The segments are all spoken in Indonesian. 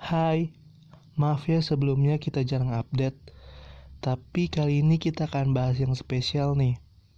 Hai, maaf ya sebelumnya kita jarang update. Tapi kali ini kita akan bahas yang spesial nih.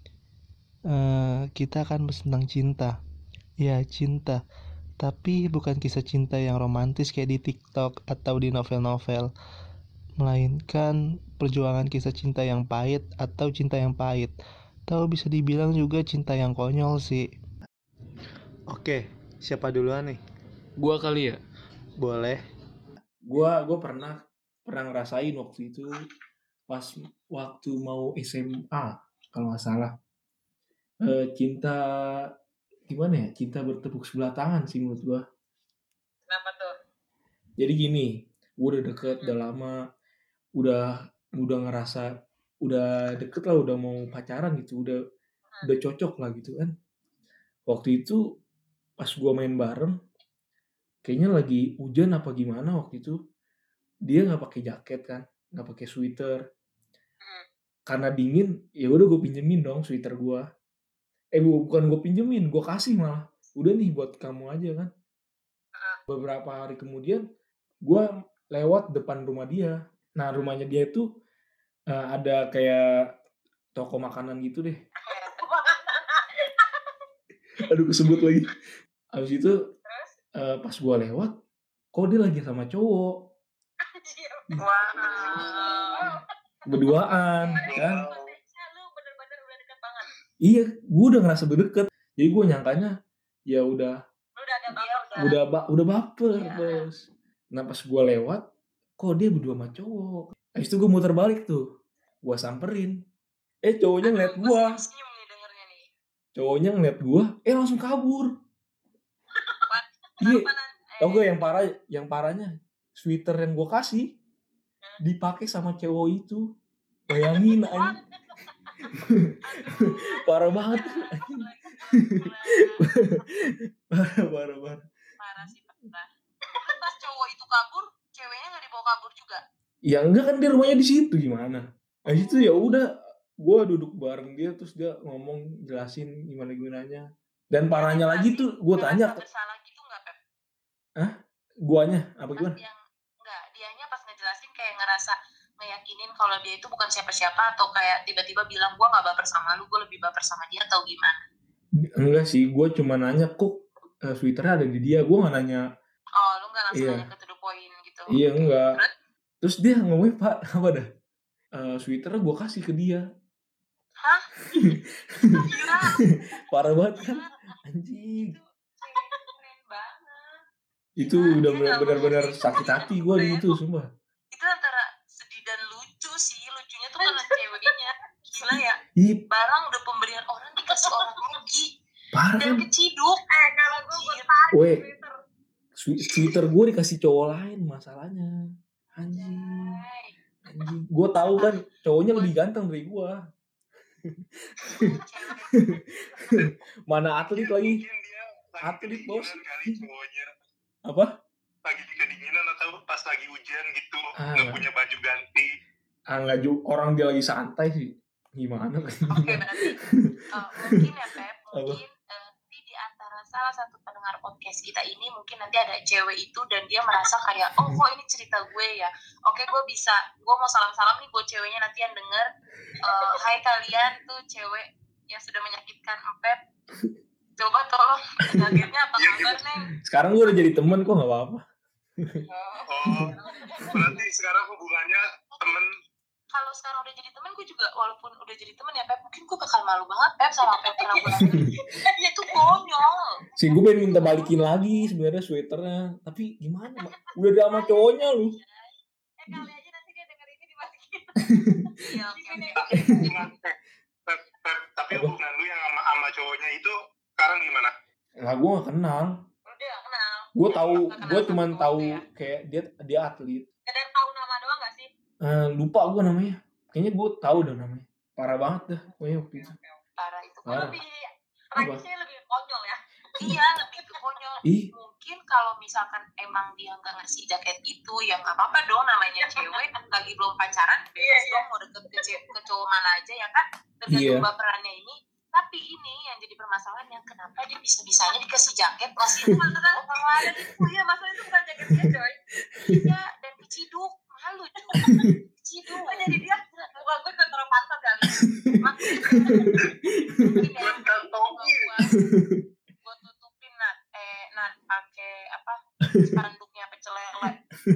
Kita akan bahas tentang cinta. Ya, cinta. Tapi bukan kisah cinta yang romantis kayak di TikTok atau di novel-novel. Melainkan perjuangan kisah cinta yang pahit atau cinta yang pahit. Atau bisa dibilang juga cinta yang konyol sih. Oke, siapa duluan nih? Gua kali ya. Boleh. Gua pernah ngerasain waktu itu pas waktu mau SMA kalau nggak salah. Cinta gimana ya? Cinta bertepuk sebelah tangan sih menurut gua. Kenapa tuh? Jadi gini, gua udah deket, udah lama, udah ngerasa udah deket lah, udah mau pacaran gitu, udah cocok lah gitu kan. Waktu itu pas gua main bareng, kayaknya lagi hujan apa gimana waktu itu. Dia nggak pakai jaket kan, nggak pakai sweater. Karena dingin, ya udah gue pinjemin dong sweater gue. Bukan gue pinjemin, gue kasih malah. Udah nih buat kamu aja kan. Beberapa hari kemudian, gue lewat depan rumah dia. Nah rumahnya dia itu ada kayak toko makanan gitu deh. Aduh kesebut lagi. Habis itu pas gue lewat, kok dia lagi sama cowok. Berduaan kan. Iya, gue udah ngerasa deket. Jadi gue nyangkanya ya udah baper bos. Nah pas gue lewat, kok dia berdua sama cowok. Habis itu gue muter balik tuh, gue samperin. Cowoknya ngeliat gue. Langsung kabur. Iya. Tau gak yang parahnya sweater yang gue kasih dipakai sama cowok itu. Bayangin aja. Parah banget. Parah sih, parah. Pas cowok itu kabur, ceweknya nggak dibawa kabur juga? Ya enggak kan, dia rumahnya di situ, gimana? Nah itu ya udah, gue duduk bareng dia terus dia ngomong jelasin gimana-gimananya. Dan parahnya lagi tuh gue tanya, bersalah gitu nggak Pep? Guanya apa gimana? Dianya pas ngejelasin kayak ngerasa ngeyakinin kalau dia itu bukan siapa-siapa, atau kayak tiba-tiba bilang gue nggak baper sama lu, gue lebih baper sama dia, atau gimana? Enggak sih, gue cuma nanya kok sweaternya ada di dia, gue nggak nanya. Oh, lu nggak langsung nanya ke to the point gitu? Iya, enggak. Terus dia ngomongnya pak apa dah? Sweaternya gue kasih ke dia. Hah? Gila. Parah banget kan? Anjing. Keren banget. Itu udah benar-benar sakit hati gue di itu, sumpah. Itu antara sedih dan lucu sih. Lucunya tuh karena ceweknya. Gila ya. Barang udah pemberian orang dikasih orang lagi. Parah dan kan? Keciduk. Kalau gue tarik sweater gue dikasih cowok lain masalahnya. Anjing. Gue tahu kan cowoknya lebih ganteng dari gue. Mana atlet lagi? Atlet bos. Apa? Lagi kedinginan atau pas lagi hujan gitu, nggak punya baju ganti. Nggak juga, orang dia lagi santai sih. Gimana? Oke, berarti mungkin ya Pep, mungkin nanti di antara salah satu pendengar podcast kita ini mungkin nanti ada cewek itu dan dia merasa kayak, oh kok ini cerita gue ya. Oke, gue mau salam-salam nih buat ceweknya nanti yang denger. Hai kalian tuh cewek yang sudah menyakitkan Pep. Coba tolong kagetnya apa kabar nih? Sekarang gue udah jadi temen kok, nggak apa-apa. Berarti sekarang hubungannya temen. Kalau sekarang udah jadi temen, gue juga walaupun udah jadi temen ya Pep, mungkin gue bakal malu banget Pep sama Pep pernah gue itu konyol. Sih gue pengen minta balikin lagi sebenarnya sweaternya, tapi gimana? Udah ada sama cowoknya lu. Kali aja nanti dia denger ini dimasukin. Tapi hubungan lu yang sama cowoknya itu sekarang gimana? Lah gue gak kenal. Udah gak kenal. Gue cuma tahu kayak dia atlet. Ada tahu nama doang gak sih? Lupa gue namanya. Kayaknya gue tahu dah namanya. Parah banget dah pokoknya waktu itu. Parah itu. Parah. Tragisnya lebih konyol ya. Iya, lebih ke konyol. Mungkin kalau misalkan emang dia nggak ngasih jaket itu, ya nggak apa-apa dong, namanya cewek lagi belum pacaran, bebas dong mau deket ke cowok mana aja ya kan, tergantung baperannya ini. Tapi ini yang jadi permasalahannya, kenapa dia bisa-bisanya dikasih jaket, masih itu masalah itu ya, masalah itu bukan jaket dia coy. Iya, dan diciduk, malu cuy. Diciduk. Jadi dia bukan gue taruh pantat kali. Mungkin ya. Gue tutupin pakai apa? Spanduknya pecel lele.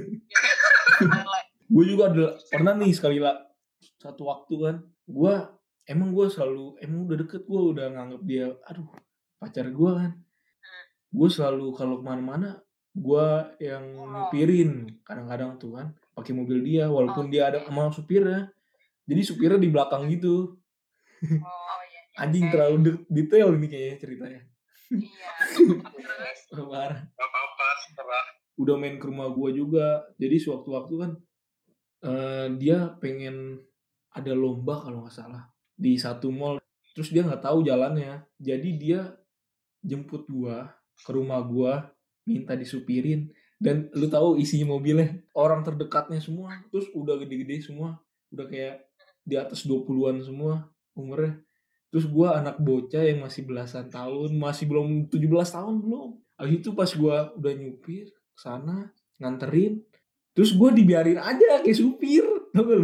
Gue juga pernah nih sekali lah satu waktu kan, gue selalu udah deket, gue udah nganggep dia pacar gue kan. Gue selalu kalau kemana-mana gue yang nyupirin kadang-kadang tuh kan, pakai mobil dia walaupun dia ada sama supirnya, jadi supirnya di belakang gitu. Anjing terlalu detail ini kayaknya ceritanya. Iya. Parah. Apa-apa setelah udah main ke rumah gue juga, jadi sewaktu-waktu kan dia pengen ada lomba kalau nggak salah di satu mall, terus dia nggak tahu jalannya, jadi dia jemput gue ke rumah gue, minta disupirin, dan lu tahu isi mobilnya orang terdekatnya semua, terus udah gede-gede semua, udah kayak di atas 20-an semua umurnya, terus gue anak bocah yang masih belasan tahun, masih belum 17 tahun belum. Habis itu pas gue udah nyupir kesana nganterin, terus gue dibiarin aja kayak supir, tau gak lu?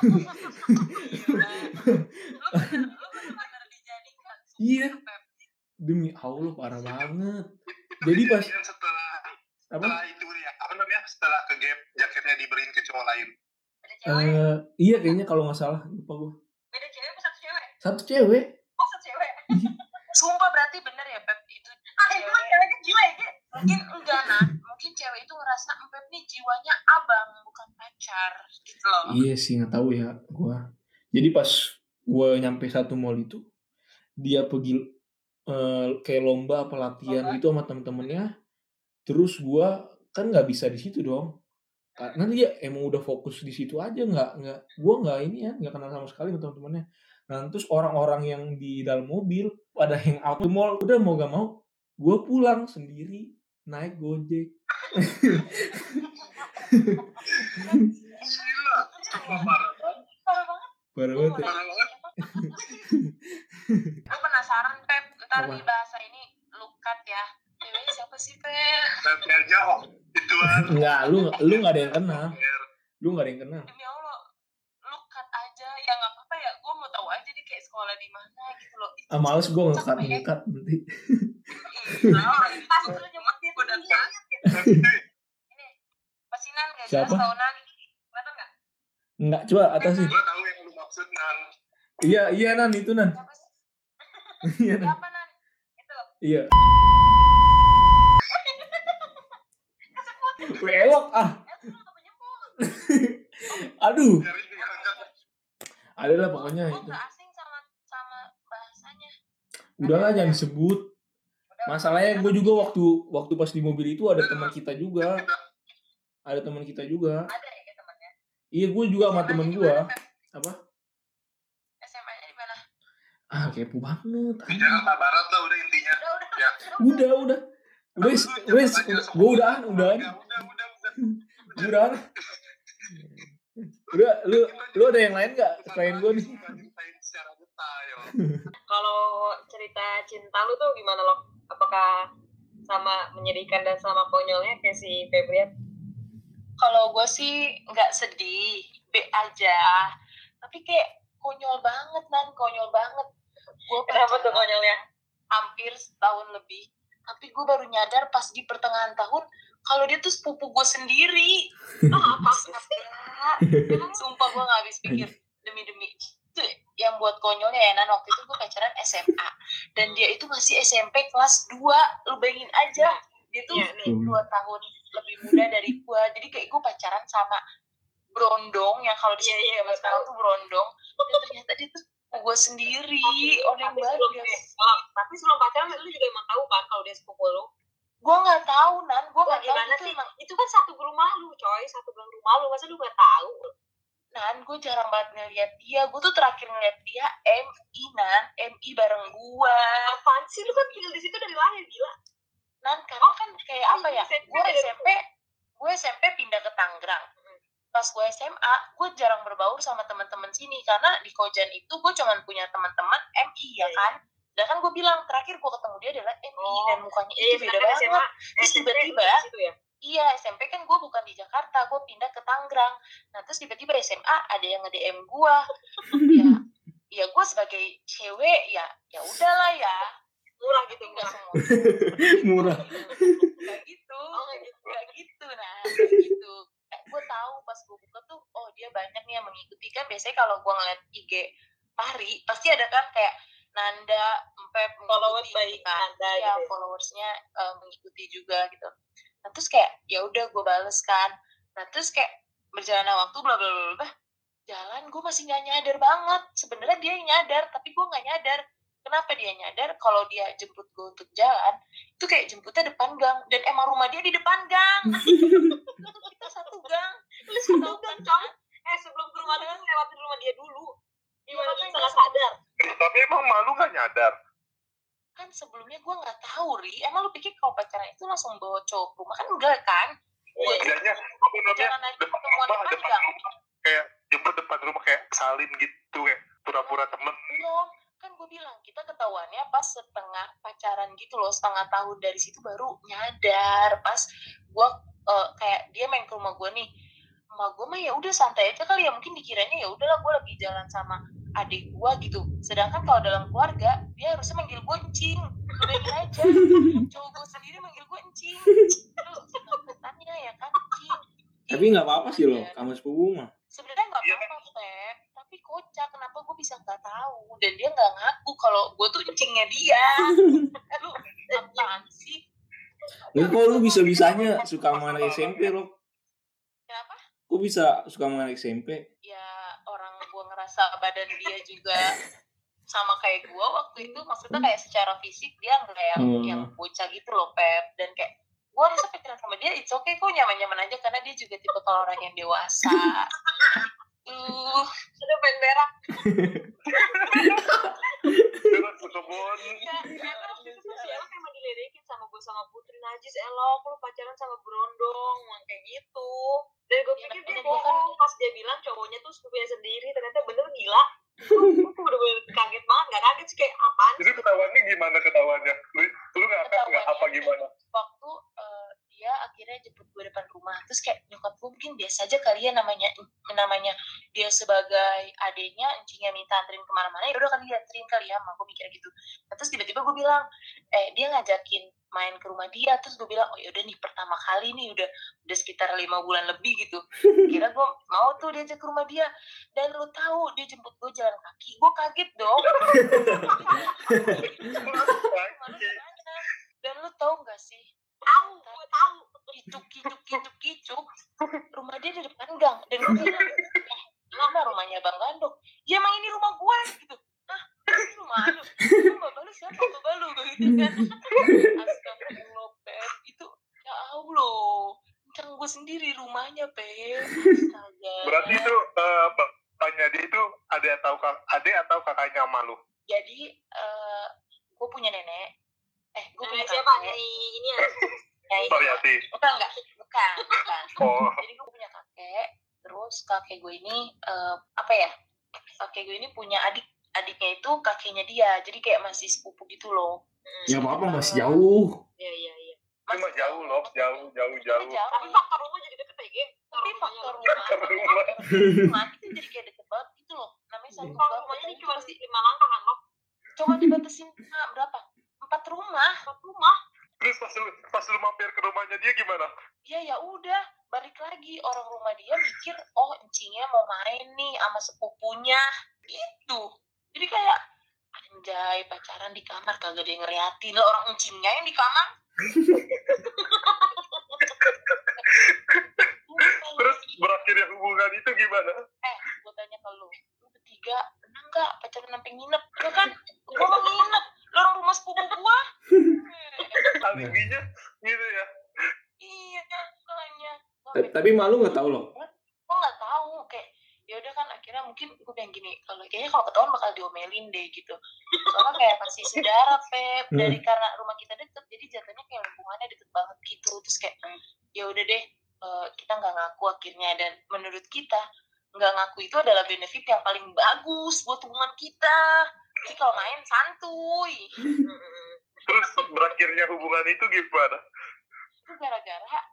Iya, demi Allah parah banget. Jadi pas setelah itu ya, setelah ke gap jaketnya diberiin ke cowok lain. Iya kayaknya kalau nggak salah, lupa gue. Beda cewek apa satu cewek? Satu cewek. Oh satu cewek. Sumpah berarti bener ya Pep itu. Emang ceweknya gila ya? Mungkin enggak mungkin cewek itu ngerasa Pep nih jiwanya abang bukan pacar gitu loh. Iya sih, nggak tahu ya gue. Jadi pas gue nyampe satu mall itu, dia pergi kayak lomba apa latihan gitu sama temen-temennya, terus gue kan nggak bisa di situ dong, karena dia emang udah fokus di situ aja, gue nggak kenal sama sekali sama temen-temennya. Nah terus orang-orang yang di dalam mobil pada hangout di mall, udah mau gak mau gue pulang sendiri naik Gojek. Parah banget. Gue penasaran Pep, ntar di bahasa ini lukat ya. Ceweknya siapa sih Pep? Pep aja ituan. Enggak, lu nggak ada yang kenal. Lu nggak ada yang kenal. Demi Allah, lukat aja. Ya nggak apa-apa ya. Gue mau tahu aja dia kayak sekolah di mana gitu loh. Males gue ngekat nanti. Pas lu nyebut dia udah banget gitu. Ini pasinan nggak jelas tahunan. Kelihatan nggak? Enggak, coba atas sih. Gue tahu yang lu maksud Nan. Iya Nan, itu Nan. Iya Nan. Apa Nan? Itu. Iya. Elok Aduh. Adalah pokoknya itu. Gue asing sama bahasanya. Udahlah jangan disebut. Masalahnya gue juga waktu pas di mobil itu ada teman kita juga. Ada teman kita juga. Ada ya temannya? Iya, gue juga sama teman gue. Apa? SMA-nya di mana? Kepo banget. Di Jakarta Barat lah udah intinya. Udah. Gue udah. Lu ada yang lain nggak selain gue nih? Kalau cerita cinta lu tuh gimana lo? Apakah sama menyedihkan dan sama konyolnya kayak si Febrian? Kalau gue sih nggak sedih, be aja. Tapi kayak konyol banget konyol banget. Kenapa tuh konyolnya? Hampir setahun lebih. Tapi gue baru nyadar pas di pertengahan tahun kalau dia tuh sepupu gue sendiri. Apa? Sumpah gue nggak habis pikir demi. Itu yang buat konyolnya ya Nan, waktu itu gue pacaran SMA dan dia itu masih SMP kelas 2. Lu bayangin aja, dia tuh 2 tahun lebih muda dari gue. Jadi kayak gue pacaran sama brondong yang kalau di sini zaman sekarang tuh brondong. Dan ternyata dia tuh gue sendiri, orang baru. Tapi sebelum pacaran lu juga emang tahu kan kalau dia sepupu lu? Gue nggak tahu Nan, gue nggak tahu sih. Itu kan satu rumah lu coy, satu gang rumah lu, masa lu nggak tahu? Nan, gue jarang banget ngeliat dia. Gue tuh terakhir ngeliat dia MI Nan, MI bareng gue. Apaan sih, lu kan tinggal di situ dari lahir, gila. Nan, karena kan kayak apa ya? Gue SMP pindah ke Tangerang. Pas gue SMA, gue jarang berbaur sama teman-teman sini karena di Kojan itu gue cuma punya teman-teman MI ya kan. Dan kan gue bilang terakhir gue ketemu dia adalah MI dan mukanya itu beda banget. Terus tiba-tiba, iya SMP kan gue bukan di Jakarta, gue pindah ke Tangerang. Nah terus tiba-tiba SMA ada yang nge-DM gue, ya gue sebagai cewek ya udahlah ya, murah gitu, nggak semua Murah. nggak gitu. Nah kayak gitu. Gue tahu pas gue buka tuh, oh dia banyak nih yang mengikuti. Kan biasanya kalau gue ngeliat IG Pari pasti ada kan kayak Nanda, Pep followers mengikuti by Nanda ya, gitu. followersnya mengikuti juga gitu. Nah terus kayak ya udah gue bales kan. Nah terus kayak berjalannya waktu bla bla bla bla, jalan gue masih nggak nyadar banget. Sebenarnya dia nyadar tapi gue nggak nyadar. Kenapa dia nyadar? Kalau dia jemput gue untuk jalan itu kayak jemputnya depan gang, dan emang rumah dia di depan gang. Kita satu gang. Lu satu gang coy. Sebelum ke rumah dia lewatin rumah dia dulu. Gimana tuh salah sadar? Tapi emang malu nggak nyadar? Kan sebelumnya gue nggak tahu, Ri. Emang lu pikir kalau pacaran itu langsung bawa cowok ke rumah? Kan enggak kan? Gue Biasanya apa namanya jalan aja depan ketemuan rumah, depan gang. kayak jemput depan rumah kayak salin gitu, kayak pura-pura temen. Belum, kan gue bilang kita ketahuannya pas setengah pacaran gitu loh, setengah tahun dari situ baru nyadar. Pas gue kayak dia main ke rumah gue nih, emak gue mah ya udah santai aja kali ya, mungkin dikiranya ya udahlah gue lagi jalan sama adik gue gitu. Sedangkan kalau dalam keluarga dia harusnya manggil gue encing. Bayangin aja, cowok gue sendiri manggil gue encing. Lu katanya ya kan encing. Tapi nggak apa-apa sih loh, kamu sepupu mah. Sebenarnya nggak apa-apa, Pep. Tapi kocak, kenapa gue bisa nggak tahu? Dan dia nggak ngaku kalau gue tuh encingnya dia. Lu apaan sih? Nggak, kok lu bisa-bisanya suka sama anak SMP loh? Kenapa? Kok bisa suka sama anak SMP? Ya orang gue ngerasa badan dia juga sama kayak gue waktu itu. Maksudnya kayak secara fisik dia nggak yang bocah gitu loh, Pep. Dan kayak gue rasa pacaran sama dia it's okay kok, nyaman-nyaman aja karena dia juga tipe kalau orang yang dewasa. Sudah pengen berak. Berak ke kebun. Siapa emang diledekin sama gue sama Putri, Najis elok lu pacaran sama berondong kayak gitu. Dan gue pikir dia bohong pas dia bilang cowoknya tuh sepupunya sendiri, ternyata bener, gila. Gue bener-bener kaget banget, gak kaget sih, kayak apaan sih. Jadi ketahuannya gimana ketahuannya? Lu ngakak nggak apa gimana? Waktu dia akhirnya jemput gue depan rumah, terus kayak nyokap gue mungkin biasa aja kali ya, namanya dia sebagai adenya encingnya minta anterin kemana-mana, ya udah kali ya anterin kali ya, mak gue mikir gitu. Nah, terus tiba-tiba gue bilang dia ngajakin main ke rumah dia, terus gue bilang oh yaudah nih pertama kali nih, udah sekitar 5 bulan lebih gitu, kira gue mau tuh diajak ke rumah dia. Dan lu tahu dia jemput gue jalan kaki, gue kaget dong. Dan lu tahu nggak sih, gue tahu kicuk rumah dia di depan gang. Dan gue bilang mana rumahnya Bang Gandok? Ya emang ini rumah gue gitu. Ini rumah lu. Bapak lu siapa? Bapak lu gitu kan. Astagfirullah, Pep. Itu ya Allah, kenceng gue sendiri rumahnya, Pep. Astaga. Berarti itu bapaknya dia itu adik atau kakaknya malu? Jadi gue punya nenek. Gue punya siapa? kakek. Ini ya. Variasi. Bukan. Oh. Jadi gue punya kakek. Terus kakek gue ini kakek gue ini punya adiknya itu kakeknya dia. Jadi kayak masih sepupu gitu loh. Ya apa-apa, masih jauh. Iya. Cuma jauh loh, jauh. Tapi faktor rumah jadi deket ya, Tapi faktor rumah itu jadi kayak deket banget gitu loh. Namanya satu kalau rumahnya ini cuma 5 langkah kan lo? Cuma dibatasin berapa? 4 rumah. Terus pas lu mampir ke rumahnya dia gimana? Ya udah, balik lagi, orang rumah dia mikir oh encingnya mau main nih sama sepupunya gitu. Jadi kayak anjay, pacaran di kamar kagak ada yang ngeliatin lah, orang encingnya yang di kamar. Terus berakhirnya hubungan itu gimana? Gue tanya ke lu bertiga pernah nggak pacaran sampai nginep? Ya kan, gue mau nginep, orang rumah sepupu gue. Alibinya gitu ya? Iya, makanya. Tapi malu nggak tahu loh. Gue nggak tahu, kayak ya udah kan akhirnya mungkin gue bilang gini, kayaknya kalau ketahuan bakal diomelin deh gitu. Soalnya kayak masih saudara, Pep, dari karena rumah kita deket, jadi jatuhnya kayak hubungannya deket banget gitu. Terus kayak ya udah deh, kita nggak ngaku akhirnya. Dan menurut kita nggak ngaku itu adalah benefit yang paling bagus buat hubungan kita. Jadi kalau main santuy. Terus berakhirnya hubungan itu gimana? Itu gara-gara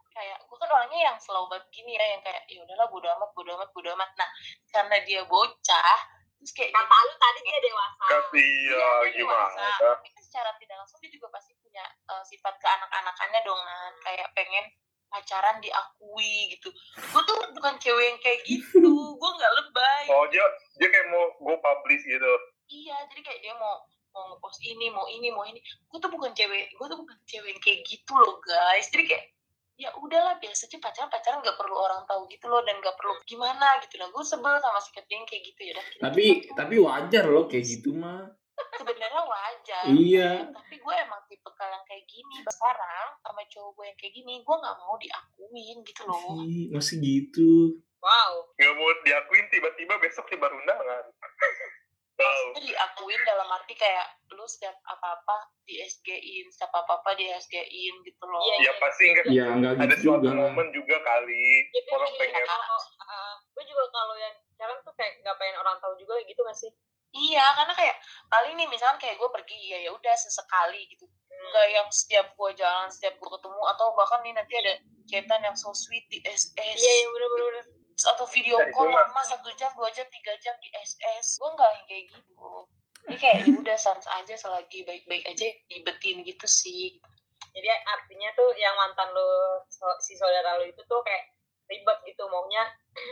kayak gue kan orangnya yang slow banget gini ya, yang kayak ya udahlah bodo amat. Nah karena dia bocah, terus kayak kata lu tadi dia dewasa. Iya, gimana? Tapi kan secara tidak langsung dia juga pasti punya sifat keanak-anakannya dong, kan kayak pengen pacaran diakui gitu. Gue tuh bukan cewek yang kayak gitu, gue nggak lebay. Oh, dia kayak mau go publish gitu. Iya, jadi kayak dia mau ngepost ini, mau ini. Gue tuh bukan cewek yang kayak gitu loh guys. Jadi kayak ya udahlah, biasa aja pacaran nggak perlu orang tahu gitu loh, dan nggak perlu gimana gitu. Nah gue sebel sama sikap dia yang kayak gitu ya. Tapi wajar loh kayak gitu mah. Sebenarnya wajar. Iya. Tapi gue emang tipe yang kayak gini. Sekarang sama cowok gue yang kayak gini, gue nggak mau diakuin gitu loh. Masih gitu. Wow. Nggak mau diakuin, tiba-tiba besok nyebar undangan. Maksudnya diakuin dalam arti kayak lu setiap apa-apa di SG-in, setiap apa-apa di SG-in gitu loh. Iya pasti enggak. Ya enggak Ada gitu suatu juga. momen juga kali Ya, orang pengen. Gue juga kalau yang sekarang tuh kayak nggak pengen orang tahu juga gitu nggak sih? Iya, karena kayak kali ini misalnya kayak gue pergi ya udah sesekali gitu. Enggak yang setiap gue jalan, setiap gue ketemu, atau bahkan nih nanti ada chatan yang so sweet di SS. Iya bener-bener. Atau video call lama 1 jam, 2 jam, 3 jam di SS. Gue nggak yang kayak gitu. Ini kayak ya udah sans aja, selagi baik-baik aja dibetin gitu sih. Jadi artinya tuh yang mantan lo, si saudara lo itu tuh kayak ribet gitu, maunya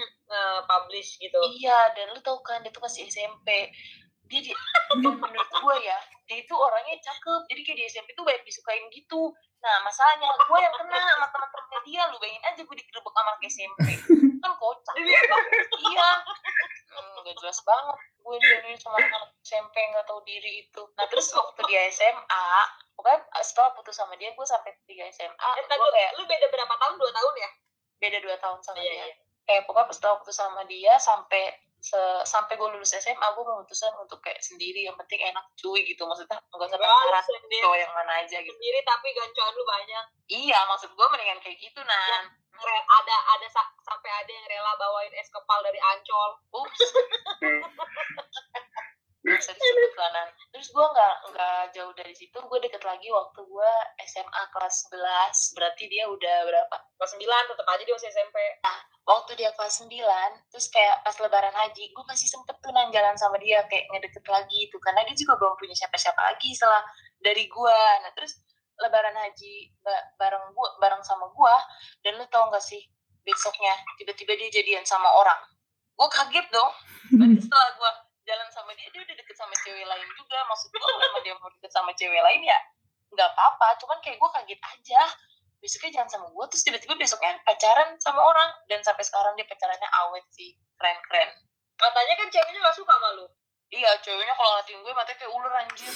publish gitu. Iya, dan lu tau kan dia tuh masih SMP. Dia menurut gue ya, dia itu orangnya cakep. Jadi kayak di SMP tuh banyak disukain gitu. Nah masalahnya gue yang kena sama teman-temannya dia. Lu bayangin aja gue digerebek sama anak SMP. Kan kocak. Iya. Gak jelas banget gue jadi sama anak SMP gak tahu diri itu. Nah terus waktu dia SMA, pokoknya setelah putus sama dia, gue sampai 3 SMA. Gue kayak, lu beda berapa tahun? 2 tahun ya? Beda 2 tahun sama dia. Iya. Kayak pokoknya setelah putus sama dia sampai gue lulus SMA, gue memutuskan untuk kayak sendiri, yang penting enak cuy gitu. Maksudnya nggak usah pacaran cowok yang mana aja gitu. Sendiri tapi gancuan lu banyak. Iya, maksud gue mendingan kayak gitu nah. Ada sampai ada yang rela bawain es kepal dari Ancol. Ups. Bisa disebut lah. Terus gue nggak jauh dari situ, gue deket lagi waktu gue SMA kelas 11. Berarti dia udah berapa? Kelas 9, tetap aja dia masih SMP. Nah, waktu dia kelas 9, terus kayak pas lebaran haji, gue masih sempet tuh jalan sama dia, kayak ngedeket lagi tuh, karena dia juga belum punya siapa-siapa lagi setelah dari gue. Nah terus lebaran haji bareng sama gue, dan lu tau gak sih, besoknya tiba-tiba dia jadian sama orang. Gue kaget dong. Berarti setelah gue jalan sama dia udah deket sama cewek lain juga. Maksud gue kalau dia mau deket sama cewek lain ya nggak apa-apa, cuman kayak gue kaget aja. Besoknya jalan sama gue, terus tiba-tiba besoknya pacaran sama orang, dan sampai sekarang dia pacarannya awet sih, keren. Katanya kan ceweknya gak suka sama lu. Iya, ceweknya kalau ngatain gue matanya kayak ular anjir.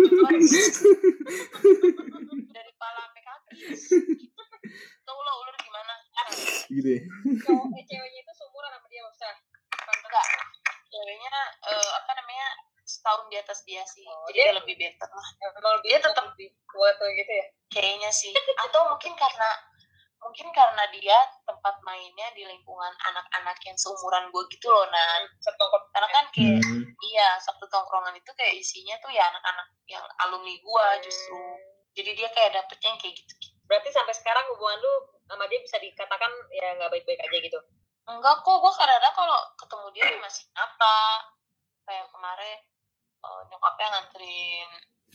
Dari pala sampai kaki. Tau lah ular gimana? Gitu ya. Ceweknya itu seumuran sama dia, maksudnya? Enggak. Ceweknya setahun di atas dia sih. Jadi dia lebih better lah. Emang dia tetap buat gitu ya? Kayaknya sih. Atau mungkin karena dia tempat mainnya di lingkungan anak-anak yang seumuran gue gitu loh, Nan. Karena kan kayak iya, satu tongkrongan itu kayak isinya tuh ya anak-anak yang alumni gue justru. Jadi dia kayak dapetnya yang kayak gitu. Berarti sampai sekarang hubungan lu sama dia bisa dikatakan ya nggak baik-baik aja gitu? Enggak kok, gue kadang-kadang kalau ketemu dia masih apa. Kayak kemarin nyokapnya nganterin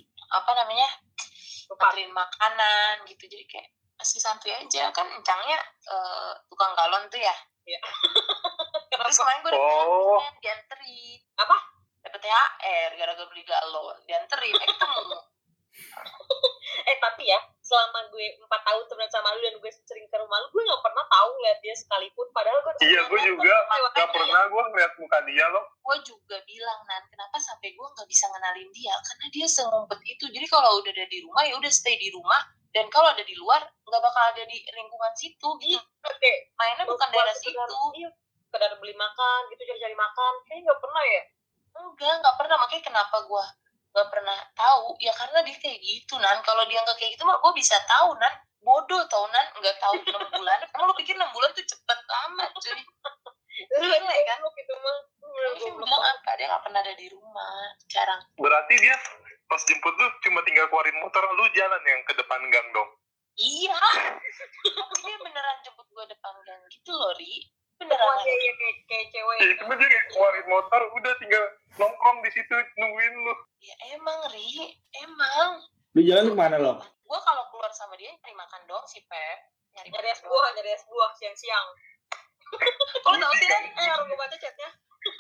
nganterin makanan gitu, jadi kayak masih santuy aja. Kan encangnya tukang galon tuh ya. Iya. Terus kemarin gue dianterin dapet THR gara-gara beli galon, dianterin ketemu. Tapi ya selama gue 4 tahun temenan sama lu dan gue sering ke rumah lu, gue nggak pernah tahu lihat dia sekalipun. Padahal gue gue juga nggak pernah gue ngeliat muka dia loh. Gue juga bilang, Nan, kenapa sampai gue nggak bisa ngenalin dia? Karena dia sengumpet itu. Jadi kalau udah ada di rumah ya udah stay di rumah, dan kalau ada di luar nggak bakal ada di lingkungan situ gitu. Mainnya bukan daerah situ. Iya, sekedar beli makan gitu, cari-cari makan. Kayaknya nggak pernah ya? Nggak pernah. Makanya kenapa gue nggak pernah tahu ya, karena dia kayak gitu, Nan. Kalau dia nggak kayak gitu mah gue bisa tahu, Nan. Bodoh tau, Nan, nggak tahu 6 bulan. Emang lu pikir 6 bulan tuh cepet amat, cuy? Gila kan? Gitu mah. Gue bilang apa, dia nggak pernah ada di rumah, jarang. Berarti dia pas jemput lu cuma tinggal keluarin motor, lu jalan yang ke depan gang dong? Iya. Tapi dia beneran jemput gue depan gang gitu loh, Ri. Beneran. Iya kayak cewek. Iya, cuma dia kayak keluarin motor, udah tinggal nongkrong di situ nungguin lu. Ya emang, Ri. Emang. Lu jalan kemana lo? Gue kalau keluar sama dia nyari makan doang sih, Pep. Nyari es buah siang-siang. Kalau tahu sih kan, baru gue baca chatnya.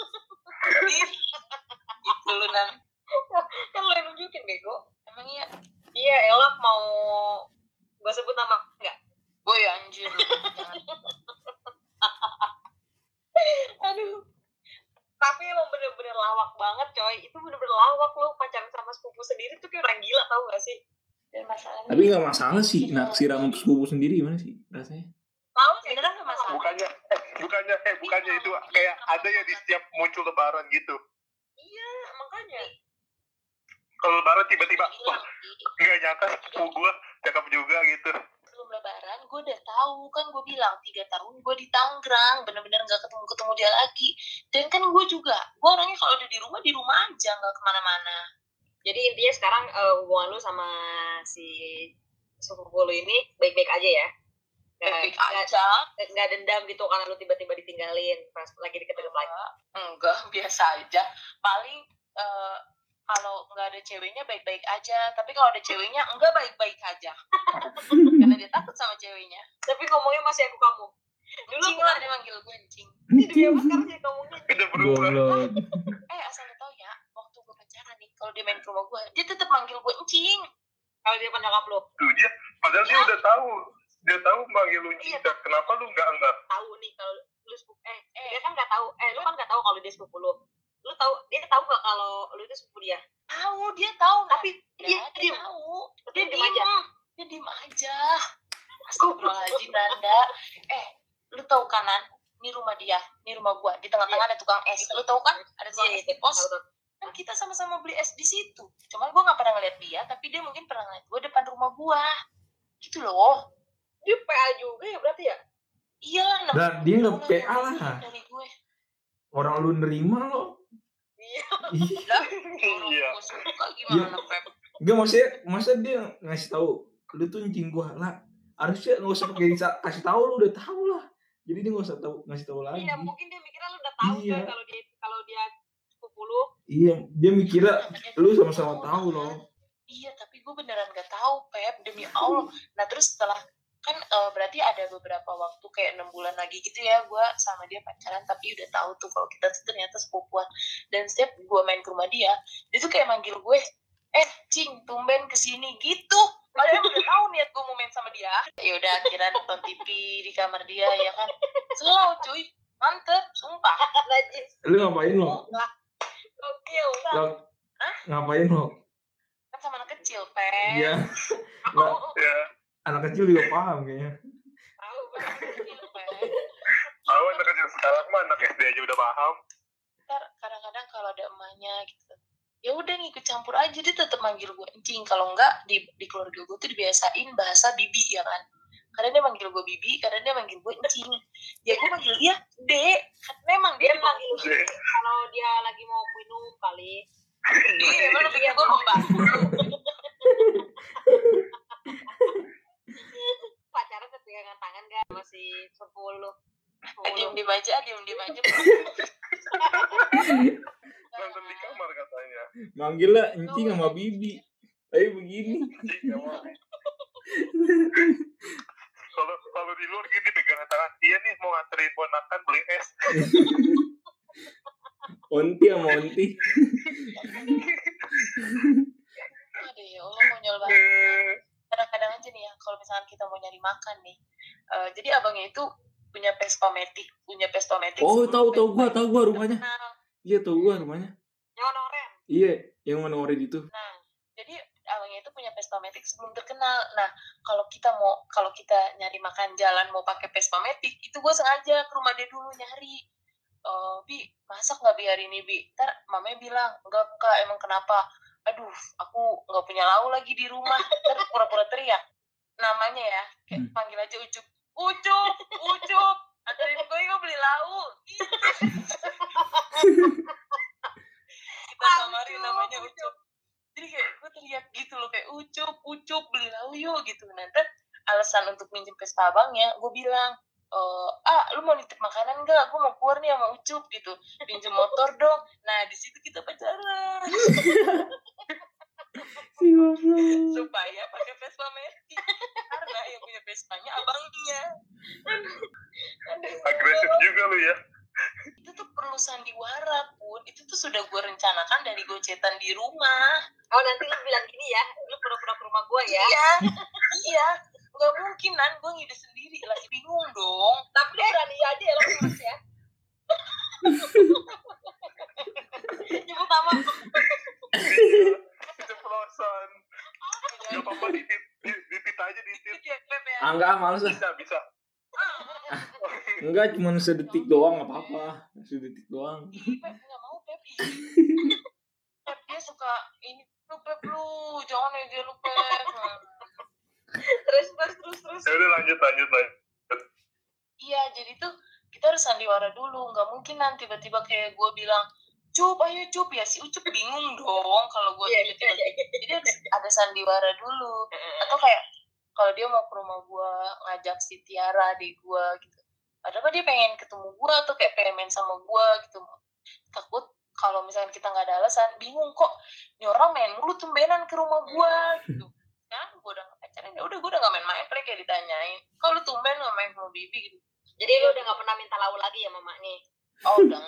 Itu lu Nan. Kan lo yang nunjukin bego. Emang iya? Iya, Ella mau gue sebut nama enggak? Boy anjir. Aduh. Tapi emang bener-bener lawak banget coy. Itu bener-bener lawak lo pacaran sama sepupu sendiri tuh kayak orang gila, tau gak sih? Dan masalahnya. Tapi nggak masalah sih naksir sama sepupu sendiri, gimana sih rasanya? Tahu sih Beneran gak masalah. Bukannya itu kayak ada ya di setiap muncul lebaran gitu. Iya, makanya. Kalau lebaran tiba-tiba, wah, nggak nyangka sepupu gue cakep juga gitu. Sebelum lebaran gue udah tahu kan, gue bilang 3 tahun gue di Tangerang, bener-bener nggak ketemu dia lagi. Dan kan gue orangnya kalau udah di rumah aja, nggak kemana-mana. Jadi intinya sekarang hubungan lu sama si sepupu lu ini baik-baik aja ya? Baik aja. Nggak dendam gitu karena lu tiba-tiba ditinggalin pas lagi deket-deket lagi? Enggak, biasa aja. Paling kalau nggak ada ceweknya baik-baik aja, tapi kalau ada ceweknya enggak baik-baik aja. Karena dia takut sama ceweknya. Tapi ngomongnya masih aku kamu. Dulu Cing lah dia manggil gue Cing. dia sekarang sih ngomongnya. Udah berubah. Asal lo tau ya, waktu gue pacaran nih, kalau dia main ke rumah gue, dia tetap manggil gue Cing. Kalau dia nyokap lu? Tuh dia, padahal dia udah tahu. Dia tahu manggil lu cinta. Kenapa lu enggak? Tahu nih kalau lu sepupu. Dia kan nggak tahu. Lu kan nggak tahu kalau dia sepupu lu. Lu tahu, dia tahu nggak kalau lu itu sepupu dia? Tahu, dia tahu. Tapi dia tahu. Dia diem aja. Dia diem aja. Astagfirullahaladzim, Nanda. Lu tahu kanan? Ini rumah dia, ini rumah gua. Di tengah-tengah ada tukang es. Lu tahu kan? Ada tukang es di pos. Kan kita sama-sama beli es di situ. Cuman gua nggak pernah ngeliat dia, tapi dia mungkin pernah ngeliat gua depan rumah gua. Gitu loh. Dia PA juga ya berarti ya? Iya lah. Dan dia nggak PA lah. Dari gue. Orang lu nerima lo. Iya. Iya. Gue suka gimana, Pep? Enggak, masa dia ngasih tahu lu tuh nyicing gua lah. Harusnya nggak usah pakai kasih tahu, lu udah tahu lah. Jadi dia nggak usah ngasih tahu lagi. Iya, mungkin dia mikirnya lu udah tahu Iya. kan kalau dia sepupu lu. Iya, dia mikirnya lu sama-sama tahu loh. Iya, tapi gue beneran gak tahu, Pep, demi Allah. Nah, terus setelah kan berarti ada beberapa waktu kayak 6 bulan lagi gitu ya, gue sama dia pacaran, tapi udah tahu tuh kalau kita tuh ternyata sepupuan. Dan setiap gue main ke rumah dia tuh kayak manggil gue, Cing, tumben kesini gitu. Padahal udah tahu niat gue mau main sama dia. Ya udah, akhirnya nonton TV di kamar dia ya kan. Slow cuy, mantep, sumpah. Lu ngapain lo? Gokil. Ngapain lo? Kan sama anak kecil, Pep. Iya. Ya. Anak kecil juga paham kayaknya. Tahu banget. Tahu anak kecil sekarang mah anak SD aja udah paham. Ntar kadang-kadang kalau ada emaknya gitu, ya udah ngikut campur aja, dia tetap manggil gue Encing. Kalau enggak di keluarga gue tuh dibiasain bahasa bibi ya kan. Kadang dia manggil gue bibi, kadang dia manggil gue Encing. Ya gue manggil dia Dek. Memang dia manggil Dek kalau dia lagi mau minum kali. Iya, emang pikir gue mau bantu. Pacaran tapi pegangan tangan gak masih 10. Diem aja. Nonton di kamar katanya. Manggilnya Encing sama Bibi. Tapi begini. Kalau di luar gini pegangan tangan. Iya nih mau nganterin ponakan beli es. Onti sama Onti. Aduh ya Allah, konyol banget. Kadang-kadang aja nih ya, kalau misalkan kita mau nyari makan nih, jadi abangnya itu punya pestomatic. Oh, tahu gua rumahnya. Iya, tahu gua rumahnya. Yang warna oranye. Iya, yang warna oranye itu. Nah, jadi abangnya itu punya pestomatic sebelum terkenal. Nah, kalau kita nyari makan jalan mau pakai pestomatic, itu gua sengaja ke rumah dia dulu nyari. Bi, masak nggak Bi hari ini, Bi? Ntar mamanya bilang, enggak Kak, emang kenapa? Aduh, aku nggak punya lauk lagi di rumah. Ntar pura-pura teriak namanya ya, kayak panggil aja Ucup. Anterin gue yuk beli lauk. Kita samarin namanya Ucup. Jadi kayak gue teriak gitu loh, kayak Ucup beli lauk yuk gitu. Nanti alasan untuk minjem Vespa abangnya, gue bilang, lu mau nitip makanan nggak? Gue mau keluar nih sama Ucup gitu, pinjem motor dong. Nah di situ kita pacaran. Si goblok. Supaya pakai Vespa Mercy, karena yang punya Vespanya abangnya. Agresif juga lu ya. Itu tuh perlu sandiwara pun, itu tuh sudah gue rencanakan dari gocetan di rumah. Oh nanti lu bilang gini ya, lu pura-pura ke rumah gue ya. Iya, nggak mungkin kan, gue ngide sendiri lagi bingung dong. Tapi lu berani aja ya lo mas ya. Nyebut nama. Keceplosan. Gak apa-apa, ditit aja ditit. Enggak, males lah. Bisa. Enggak, cuma sedetik doang, nggak apa-apa. Sedetik doang. Pep nggak mau Pep. Pep dia suka ini lu Pep lu, jangan aja lu Pep. Terus. Ya udah lanjut. Iya, jadi tuh kita harus sandiwara dulu. Nggak mungkin nanti tiba-tiba kayak gue bilang, Cup, ayo Cup, ya si Ucup bingung dong kalau gue tiba-tiba. Jadi harus ada sandiwara dulu. Atau kayak kalau dia mau ke rumah gue, ngajak si Tiara adik gue gitu. Padahal dia pengen ketemu gue atau kayak pengen main sama gue gitu. Takut kalau misalnya kita nggak ada alasan, bingung kok ini orang main mulu tumbenan ke rumah gue gitu. Kan gue udah nggak pacaran, ya udah gue udah nggak main-main, paling kayak ditanyain, kalau lu tumben nggak main sama Bibi gitu. Jadi lu udah nggak pernah minta lau lagi ya mama nih? Oh udah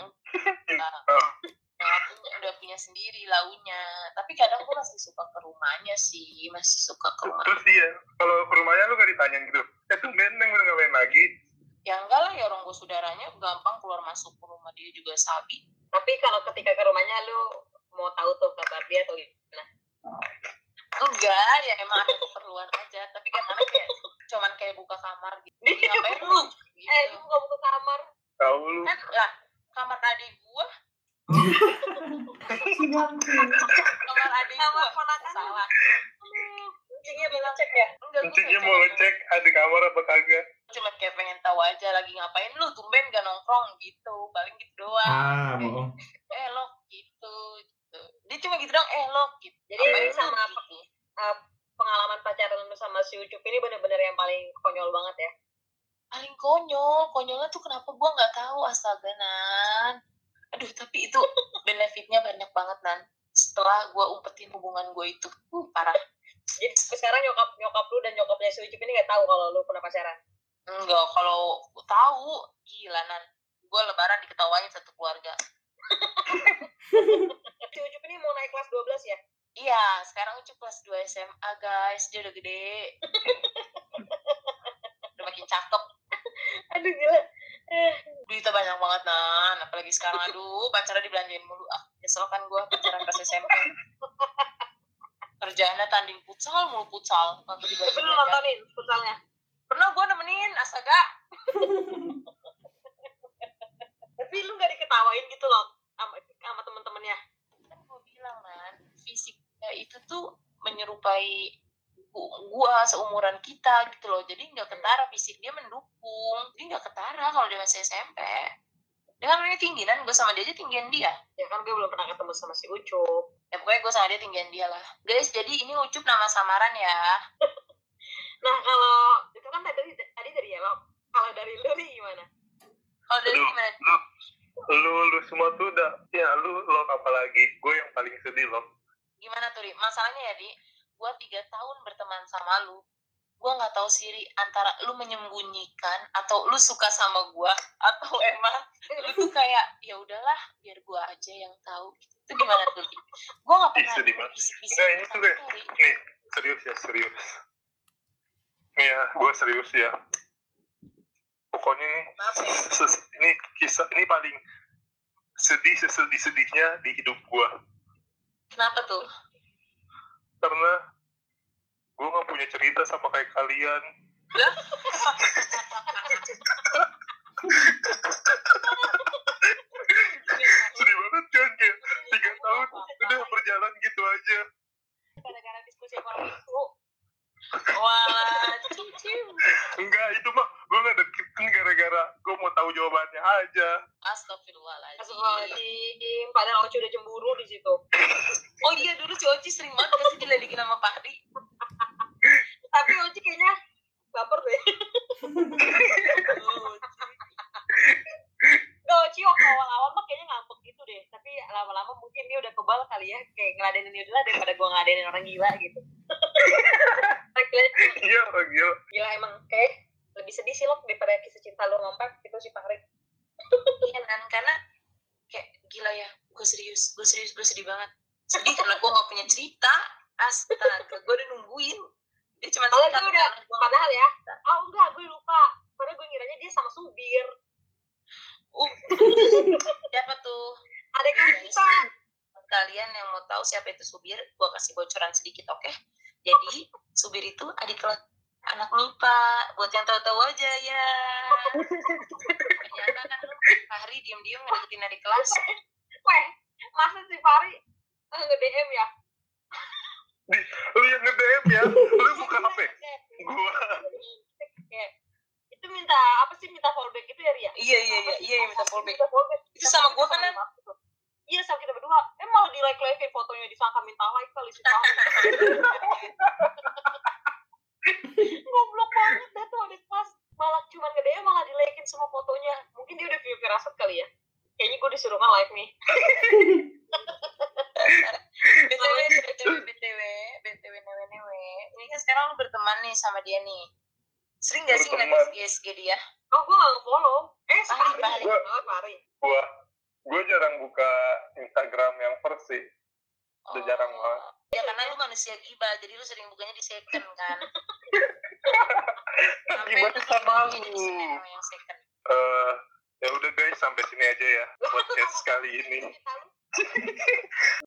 udah punya sendiri launya, tapi kadang gue masih suka ke rumahnya sih, Terus iya, kalau ke rumahnya lu gak ditanya gitu, tumben neng udah gak main lagi? Ya enggak lah, ya orang gue saudaranya gampang keluar masuk ke rumah dia juga sabi. Tapi kalau ketika ke rumahnya lu mau tahu tuh kabar dia atau gimana? Enggak, ya emang ada keperluan aja, tapi kadang kayak cuman kayak buka kamar gitu. Ngapain lu? Lu buka kamar? Tahu lu. Kan lah, kamar adik gua. Kamar adik gua. Salah. Kuncinya belum ngecek ya? Enggak, Kuncinya mau ngecek ada kamar apa kagak? Cuma kayak pengen tahu aja lagi ngapain lu, tumben gak nongkrong gitu, paling gitu doang. Bohong. Lo gitu. Dia cuma gitu doang, lo gitu. Jadi sama pengalaman pacaran lu sama si Ucup ini benar-benar yang paling konyol banget ya? Paling konyolnya tuh kenapa gua nggak tahu, astaga Nan. Aduh, tapi itu benefitnya banyak banget Nan. Setelah gua umpetin hubungan gua itu, parah. Jadi sekarang nyokap lu dan nyokapnya si Ucup ini nggak tahu kalau lu pernah pacaran? Enggak, kalau tahu, gila Nan. Gua lebaran diketawain satu keluarga. Si Ucup ini mau naik kelas 12 ya? Iya, sekarang Ucup kelas 2 SMA guys, dia udah gede. Udah makin cakep. Aduh gila. Duitnya banyak banget Nan, apalagi sekarang pacaran dibelanjain mulu. Nyesel kan gue pacaran pas SMP. Kerjaannya tanding futsal mulu. Tapi lu nontonin futsalnya? Pernah gue nemenin, astaga. Tapi lu gak diketawain gitu loh sama temen-temennya? Kan gue bilang Nan, fisiknya itu tuh menyerupai gua seumuran kita gitu loh, jadi nggak ketara, fisik dia mendukung, jadi nggak ketara kalau dia masih SMP. Dia kan orangnya tinggi kan, gue sama dia aja tinggian dia. Ya kan gue belum pernah ketemu sama si Ucup. Ya pokoknya gue sama dia tinggian dia lah guys. Jadi ini Ucup nama samaran ya. Nah kalau itu kan tadi dari Yellow, kalau dari lu nih gimana? Kalau dari gimana? Lu semua tuh udah, ya lu apa lagi? Gue yang paling sedih loh. Gimana tuh Di? Masalahnya ya Di, gue 3 tahun berteman sama lu, gue nggak tahu sih antara lu menyembunyikan atau lu suka sama gue atau emang lu tuh kayak ya udahlah biar gue aja yang tahu. Itu gimana tuh Di? Gue nggak pernah bisik-bisik. Enggak, ini tuh kayak nih serius. Nih ya, gue serius ya. Pokoknya ini kisah ini paling sedihnya di hidup gue. Kenapa tuh? Karena gue gak punya cerita sama kayak kalian. Sedih banget kan, kayak 3 tahun udah berjalan gitu aja. Gara-gara diskusi orang itu. Walah, cium. Enggak, itu mah gue gak deketin gara-gara gue mau tahu jawabannya aja. Astagfirullahaladzim. Padahal Oci udah cemburu di situ. Oh iya, dulu si Oci sering banget kasih diledikin sama Pak Di. Tapi Oci kayaknya baper deh. Cio awal-awal mah kayaknya ngambek gitu deh, tapi lama-lama mungkin dia udah kebal kali ya, kayak ngeladenin dia lah daripada gue ngeladenin orang gila gitu. Iya orang gila. Gila emang kayak lebih sedih sih lo daripada kisah cinta lo ngompak gitu sih Pak Rik. Iya kan, karena kayak gila ya, gue sedih banget. Sedih karena gue gak punya cerita. Astaga, gue udah nungguin. Dia cuma cerita gue udah, padahal ya, enggak, gue lupa. Padahal gue ngiranya dia sama Subir. Siapa tuh? Ada kita. Kalian yang mau tahu siapa itu Subir, gue kasih bocoran sedikit, oke? Jadi Subir itu adik kelas anak lupa. Buat yang tahu-tahu aja ya. Ternyata kan lu Fahri diem-diem ngedeketin adik kelas. Weh, masa si Fahri nge-DM ya? Lu yang nge-DM ya? Lu buka HP? Gua. Itu minta apa sih, minta fallback itu ya Ria? Iya minta fallback. Itu sama gue kan? Iya sama kita berdua. Malah di like fotonya, disangka minta like kali sih. Goblok banget dah tuh adik kelas. Malah cuma nge-DM malah di like-in semua fotonya. Mungkin dia udah view firasat kali ya. Kayaknya gue disuruh nge-like nih. BTW newe. Ini kan sekarang lu berteman nih sama dia nih. Sering gak sih ngeliat SG dia? Oh, gue gak nge-follow. Fahri. Gue jarang buka Instagram yang first sih. Udah jarang banget. Ya karena lu manusia gibah, jadi lu sering bukanya di second kan. Gibah sama lu. Yang second. Ya udah guys, sampai sini aja ya podcast kali ini.